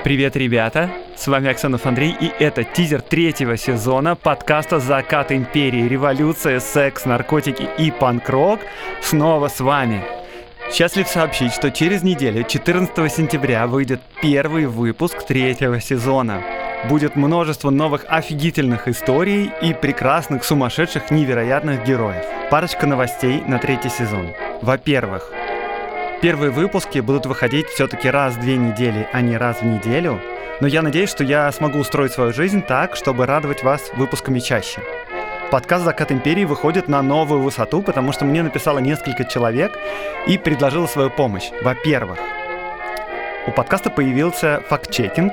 Привет, ребята! С вами Аксенов Андрей, и это тизер третьего сезона подкаста «Закат империи. Революция, секс, наркотики и панк-рок» снова с вами. Счастлив сообщить, что через неделю, 14 сентября, выйдет первый выпуск третьего сезона. Будет множество новых офигительных историй и прекрасных, сумасшедших, невероятных героев. Парочка новостей на третий сезон. Во-первых, первые выпуски будут выходить все-таки раз в 2 недели, а не раз в неделю. Но я надеюсь, что я смогу устроить свою жизнь так, чтобы радовать вас выпусками чаще. Подкаст «Закат империи» выходит на новую высоту, потому что мне написало несколько человек и предложило свою помощь. Во-первых, у подкаста появился факт-чекинг.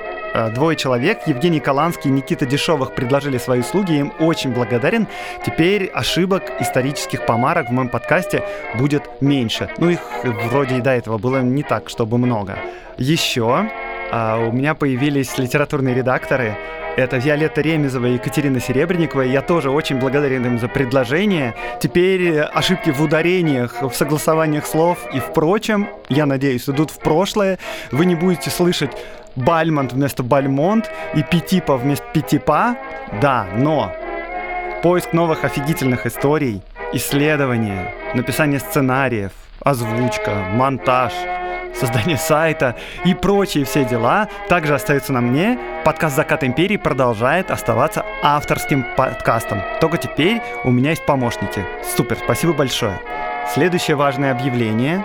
2 человек, Евгений Каланский и Никита Дешевых, предложили свои услуги, я им очень благодарен. Теперь ошибок, исторических помарок в моем подкасте будет меньше. Ну, их вроде и до этого было не так, чтобы много. Еще у меня появились литературные редакторы. Это Виолетта Ремезова и Екатерина Серебренникова. Я тоже очень благодарен им за предложение. Теперь ошибки в ударениях, в согласованиях слов и в прочем, я надеюсь, идут в прошлое. Вы не будете слышать Бальмонт вместо Бальмонт и Петипа вместо Петипа. Да, но поиск новых офигительных историй, исследования, написание сценариев, озвучка, монтаж, создание сайта и прочие все дела также остаются на мне. Подкаст «Закат империи» продолжает оставаться авторским подкастом. Только теперь у меня есть помощники. Супер, спасибо большое. Следующее важное объявление.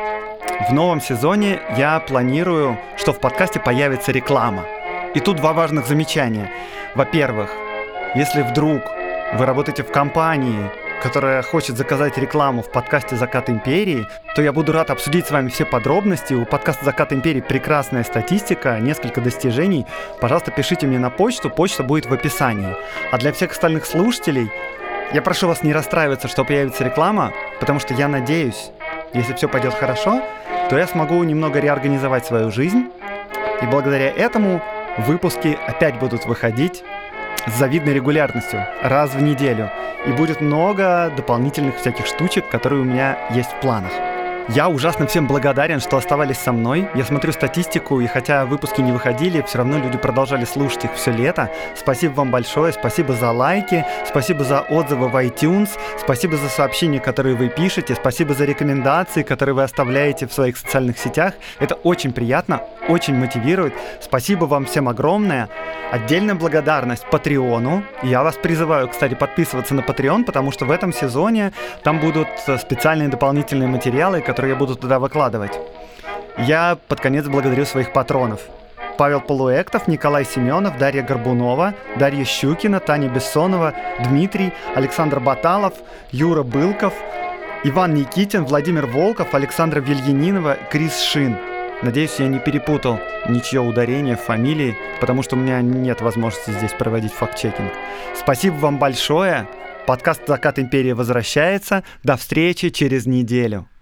В новом сезоне я планирую, что в подкасте появится реклама. И тут 2 важных замечания. Во-первых, если вдруг вы работаете в компании, которая хочет заказать рекламу в подкасте «Закат империи», то я буду рад обсудить с вами все подробности. У подкаста «Закат империи» прекрасная статистика, несколько достижений. Пожалуйста, пишите мне на почту, почта будет в описании. А для всех остальных слушателей я прошу вас не расстраиваться, что появится реклама, потому что я надеюсь, если все пойдет хорошо, то я смогу немного реорганизовать свою жизнь, и благодаря этому выпуски опять будут выходить с завидной регулярностью, раз в неделю. И будет много дополнительных всяких штучек, которые у меня есть в планах. Я ужасно всем благодарен, что оставались со мной. Я смотрю статистику, и хотя выпуски не выходили, все равно люди продолжали слушать их все лето. Спасибо вам большое, спасибо за лайки, спасибо за отзывы в iTunes, спасибо за сообщения, которые вы пишете, спасибо за рекомендации, которые вы оставляете в своих социальных сетях. Это очень приятно, очень мотивирует. Спасибо вам всем огромное. Отдельная благодарность Патреону. Я вас призываю, кстати, подписываться на Patreon, потому что в этом сезоне там будут специальные дополнительные материалы, которые я буду туда выкладывать. Я под конец благодарю своих патронов. Павел Полуэктов, Николай Семенов, Дарья Горбунова, Дарья Щукина, Таня Бессонова, Дмитрий, Александр Баталов, Юра Былков, Иван Никитин, Владимир Волков, Александра Вильянинова, Крис Шин. Надеюсь, я не перепутал ничье ударение в фамилии, потому что у меня нет возможности здесь проводить факт-чекинг. Спасибо вам большое. Подкаст «Закат империи» возвращается. До встречи через неделю.